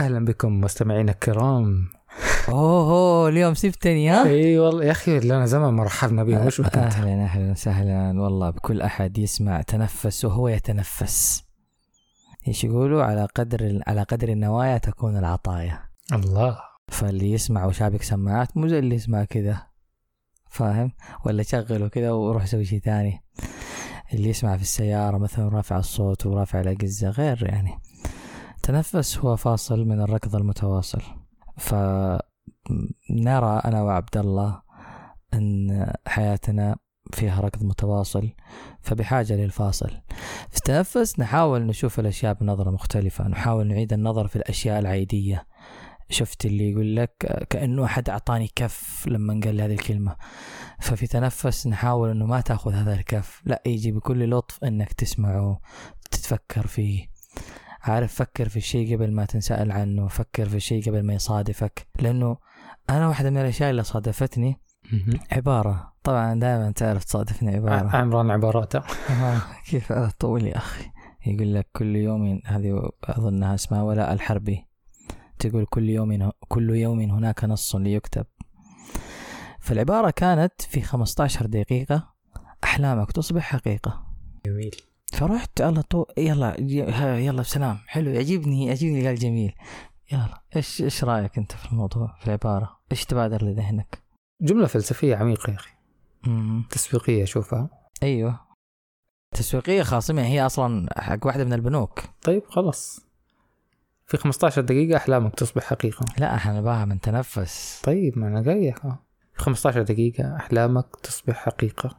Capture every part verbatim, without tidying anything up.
أهلا بكم مستمعينا الكرام. أوه, أوه اليوم سبتني ها؟ اي والله يا أخي لنا زمان ما رحبنا بهم. وش بك انت؟ أهلا أهلا وسهلا والله بكل أحد يسمع تنفس وهو يتنفس. إيش يقولوا على قدر على قدر النوايا تكون العطايا. الله. فاللي يسمع وشابك سماعات مو زي اللي يسمع كذا، فاهم؟ ولا شغله كذا وروح سوي شيء ثاني. اللي يسمع في السيارة مثلا رافع الصوت ورافع الأجهزة غير، يعني تنفس هو فاصل من الركض المتواصل. فنرى أنا وعبد الله أن حياتنا فيها ركض متواصل، فبحاجة للفاصل. في التنفس نحاول نشوف الأشياء بنظرة مختلفة، نحاول نعيد النظر في الأشياء العادية. شفت اللي يقول لك كأنه أحد أعطاني كف لما قال لي هذه الكلمة، ففي تنفس نحاول أنه ما تأخذ هذا الكف، لا يجي بكل لطف أنك تسمعه تتفكر فيه. عارف، فكر في الشيء قبل ما تنسأل عنه، فكر في الشيء قبل ما يصادفك. لأنه أنا واحدة من الأشياء اللي صادفتني عبارة، طبعا دائما تعرف تصادفني عبارة عمران عباراته كيف طول يا أخي. يقول لك كل يوم، هذه أظنها اسمها ولاء الحربي، تقول كل يوم كل يوم هناك نص ليكتب. فالعبارة كانت في خمسة عشر دقيقة أحلامك تصبح حقيقة. جميل. فرحت الله تو يلا يلا بسلام، حلو، يعجبني يعجبني قال جميل. يلا ايش ايش رايك انت في الموضوع، في العبارة؟ ايش تبادر لذهنك؟ جملة فلسفية عميقة يا اخي. امم تسويقية اشوفها. ايوه تسويقية خاصة، هي اصلا حق واحدة من البنوك. طيب خلاص، في خمسة عشر دقيقة أحلامك تصبح حقيقة. لا احنا نباها من تنفس. طيب ما أنا جاي في خمسة عشر دقيقة أحلامك تصبح حقيقة.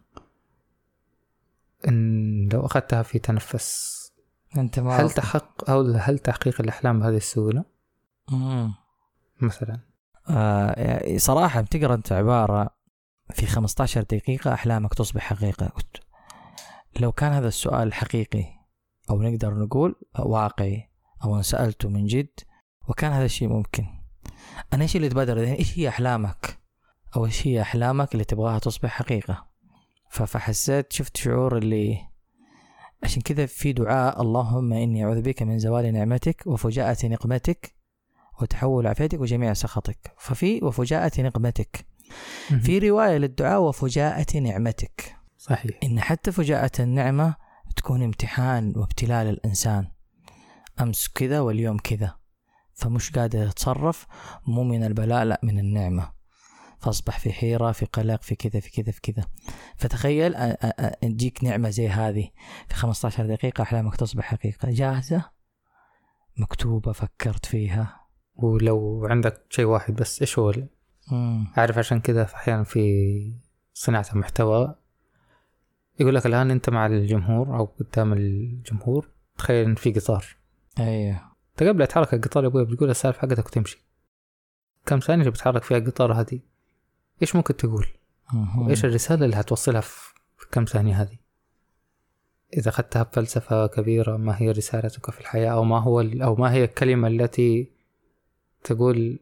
إن لو أخذتها في تنفس انت ما هل تحقق أو هل تحقيق الأحلام بهذه السهولة؟ امم مثلا آه صراحة بتقرأ انت عبارة في خمسة عشر دقيقة أحلامك تصبح حقيقة. لو كان هذا السؤال حقيقي أو نقدر نقول واقعي أو سألته من جد وكان هذا الشيء ممكن، أنا إيش اللي تبادر ذهني؟ إيش هي أحلامك؟ أو إيش هي أحلامك اللي تبغاها تصبح حقيقة؟ فحسيت شفت شعور اللي عشان كذا في دعاء اللهم إني أعوذ بك من زوال نعمتك وفجاءة نقمتك وتحول عافيتك وجميع سخطك. ففي وفجاءة نقمتك، في رواية للدعاء وفجاءة نعمتك. صحيح. إن حتى فجاءة النعمة تكون امتحان وابتلاء للإنسان، أمس كذا واليوم كذا، فمش قادر يتصرف، مو من البلاء لا من النعمة، فأصبح في حيرة في قلق في كذا في كذا في كذا. فتخيل تجيك نعمة زي هذه في خمسة عشر دقيقة أحلامك تصبح حقيقة، جاهزة مكتوبة فكرت فيها. ولو عندك شيء واحد بس إيش هو؟ عارف عشان كذا أحيانا في صناعة المحتوى يقول لك الآن أنت مع الجمهور أو قدام الجمهور، تخيل إن في قطار. أيوه. تقبل يتحرك القطار يا أبوي، بتقول السالفة حقتك وتمشي. كم ثانية اللي بتحرك فيها القطار هذه؟ إيش ممكن تقول؟ وإيش الرسالة اللي هتوصلها في كم ثانية هذه؟ إذا أخذتها بفلسفة كبيرة، ما هي رسالتك في الحياة، أو ما هو أو ما هي الكلمة التي تقول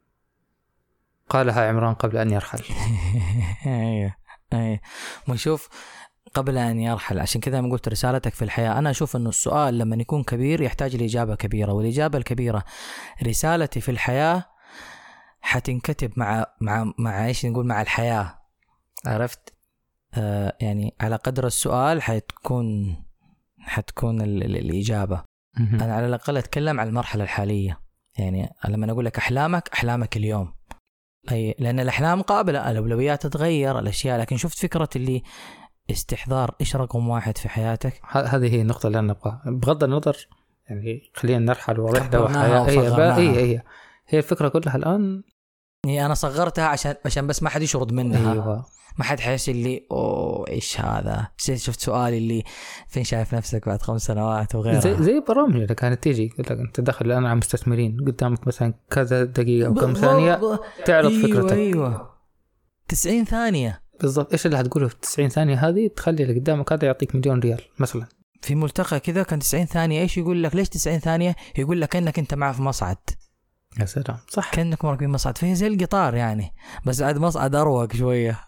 قالها عمران قبل أن يرحل؟ أيوه أيوه ونشوف قبل أن يرحل. عشان كذا ما قلت رسالتك في الحياة. أنا أشوف أنه السؤال لما يكون كبير يحتاج لإجابة كبيرة، والإجابة الكبيرة رسالتي في الحياة حتنكتب مع مع مع إيش نقول مع الحياة. عرفت؟ آه يعني على قدر السؤال حتكون حتكون ال ال الإجابة. أنا على الأقل أتكلم عن المرحلة الحالية. يعني لما أقول لك أحلامك أحلامك اليوم، أي لأن الأحلام قابلة، الأولويات تتغير الأشياء، لكن شفت فكرة اللي استحضار إيش رقم واحد في حياتك. هذه هي النقطة اللي أنا أبغى، بغض النظر يعني خلينا نرحل ورحلة وحياة. هي هي هي هي الفكرة كلها الآن. هي أنا صغرتها عشان عشان بس ما حد يشرد منها. أيوة. ما حد حيحس اللي أوه إيش هذا. شفت سؤالي اللي فين شايف نفسك بعد خمس سنوات وغيرها. زي زي برامج اللي كانت تيجي يقول لك أنت دخل الآن على مستثمرين قدامك مثلا كذا دقيقة أو كم ثانية تعرض أيوة فكرتك. أيوة تسعين ثانية بالضبط. إيش اللي هتقوله في تسعين ثانية هذه تخلي اللي قدامك هذا يعطيك مليون ريال مثلا. في ملتقى كذا كان تسعين ثانية. إيش يقول لك؟ ليش تسعين ثانية؟ يقول لك إنك أنت معه في مصعد. يا سلام. صح. كأنك مركبين مصعد، فهي زي القطار يعني، بس عاد مصعد أروق شوية.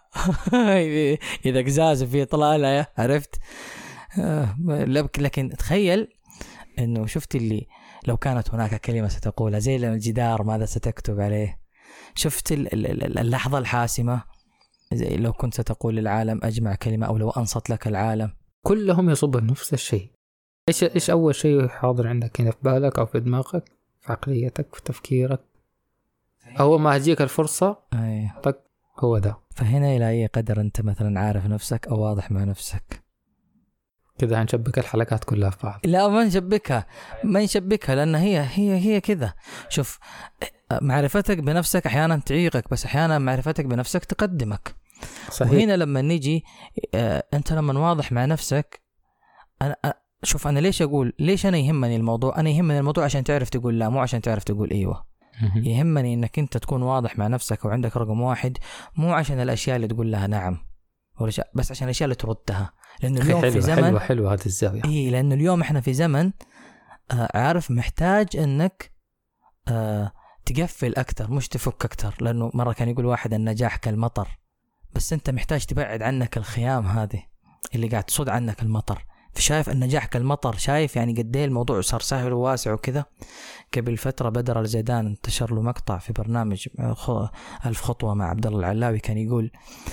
إذا قزاز فيه طلالة، عرفت؟ لكن تخيل إنه شفت اللي لو كانت هناك كلمة ستقولها، زي الجدار ماذا ستكتب عليه. شفت اللحظة الحاسمة، زي لو كنت ستقول للعالم أجمع كلمة، أو لو أنصت لك العالم. كلهم يصبون نفس الشيء. إيش إيش أول شيء حاضر عندك هنا في بالك أو في دماغك، في عقليتك، في تفكيرك؟ أول ما هتجيك الفرصة أي. هو ده. فهنا إلى أي قدر أنت مثلا عارف نفسك أو واضح مع نفسك؟ كده هنشبك الحلقات كلها في بعض. لا ما نشبكها، ما نشبكها، لأن هي هي هي كذا. شوف، معرفتك بنفسك أحيانا تعيقك، بس أحيانا معرفتك بنفسك تقدمك. صحيح. وهنا لما نيجي آه، أنت لما واضح مع نفسك، أنا شوف أنا ليش أقول ليش أنا يهمني الموضوع؟ أنا يهمني الموضوع عشان تعرف تقول لا، مو عشان تعرف تقول أيوة. يهمني إنك أنت تكون واضح مع نفسك وعندك رقم واحد، مو عشان الأشياء اللي تقول لها نعم، بس عشان الأشياء اللي تردها. لأنه اليوم حلو في زمن حلو حلو هذه الزاوية. إيه، لأنه اليوم إحنا في زمن آه عارف محتاج إنك آه تقفل أكتر مش تفك أكتر. لأنه مرة كان يقول واحد النجاح كالمطر، بس أنت محتاج تبعد عنك الخيام هذه اللي قاعد تصد عنك المطر. فشايف النجاح كالمطر، شايف يعني قد ايه الموضوع صار سهل وواسع وكذا. قبل فترة بدر الزيدان انتشر له مقطع في برنامج ألف خطوة مع عبد الله العلاوي، كان يقول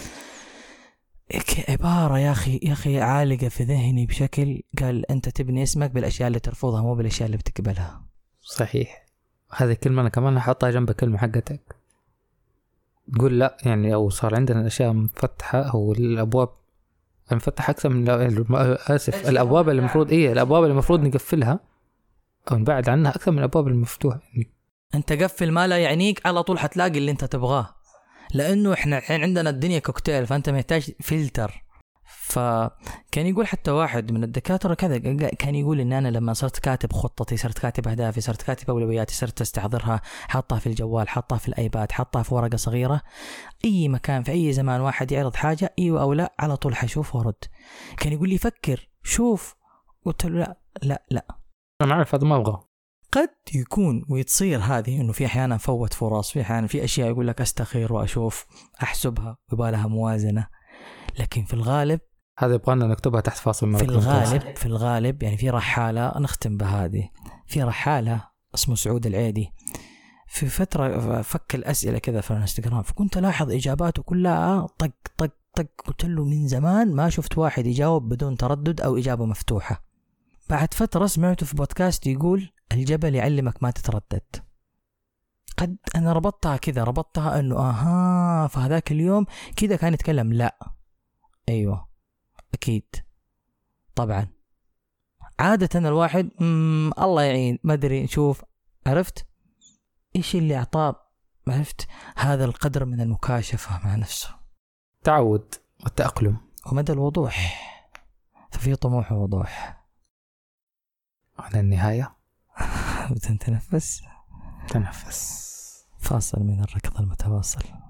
عبارة يا أخي يا أخي عالقة في ذهني بشكل، قال أنت تبني اسمك بالأشياء اللي ترفضها مو بالأشياء اللي بتقبلها. صحيح. هذه الكلمة أنا كمان أحطها جنب كلمة حقتك، تقول لا يعني أو صار عندنا الأشياء مفتحة أو الأبواب مفتحة أكثر من آسف الأبواب اللي المفروض إيه الأبواب اللي المفروض نقفلها أو نبعد عنها أكثر من الأبواب المفتوحة. أنت قفل ما لا يعنيك، على طول حتلاقي اللي أنت تبغاه، لأنه إحنا الحين عندنا الدنيا كوكتيل، فأنت محتاج فلتر. فكان يقول حتى واحد من الدكاترة كذا، كان يقول إن أنا لما صرت كاتب خطتي، صرت كاتب أهدافي، صرت كاتب أولوياتي، صرت أستحضرها، حطها في الجوال، حطها في الآيباد، حطها في ورقة صغيرة، أي مكان في أي زمان واحد يعرض حاجة أيوة أو لا على طول حشوف ورد. كان يقول لي فكر شوف، قلت له لا لا لا أنا عارف هذا ما أبغى. قد يكون ويتصير هذه إنه في أحيانا فوت فرص، في أحيانا في أشياء يقول لك أستخير وأشوف أحسبها ويبالها موازنة، لكن في الغالب هذا يبغانا نكتبها تحت فاصل مرة. في الغالب في الغالب يعني في رحالة نختم بهذه، في رحالة اسمه سعود العيدي، في فترة فك الأسئلة كذا في الانستغرام، فكنت ألاحظ إجاباته كلها طق طق طق. قلت له من زمان ما شفت واحد يجاوب بدون تردد أو إجابة مفتوحة. بعد فترة سمعته في بودكاست يقول الجبل يعلمك ما تتردد. قد أنا ربطتها كذا، ربطتها أنه آها فهذاك اليوم كذا كان يتكلم. لا أيوة أكيد طبعا عادة الواحد الله يعين ما أدري نشوف، عرفت إيش اللي أعطاه، عرفت هذا القدر من المكاشفة مع نفسه، تعود والتأقلم ومدى الوضوح. ففي طموح ووضوح. على النهاية بتنتنفس تنفس فاصل من الركض المتواصل.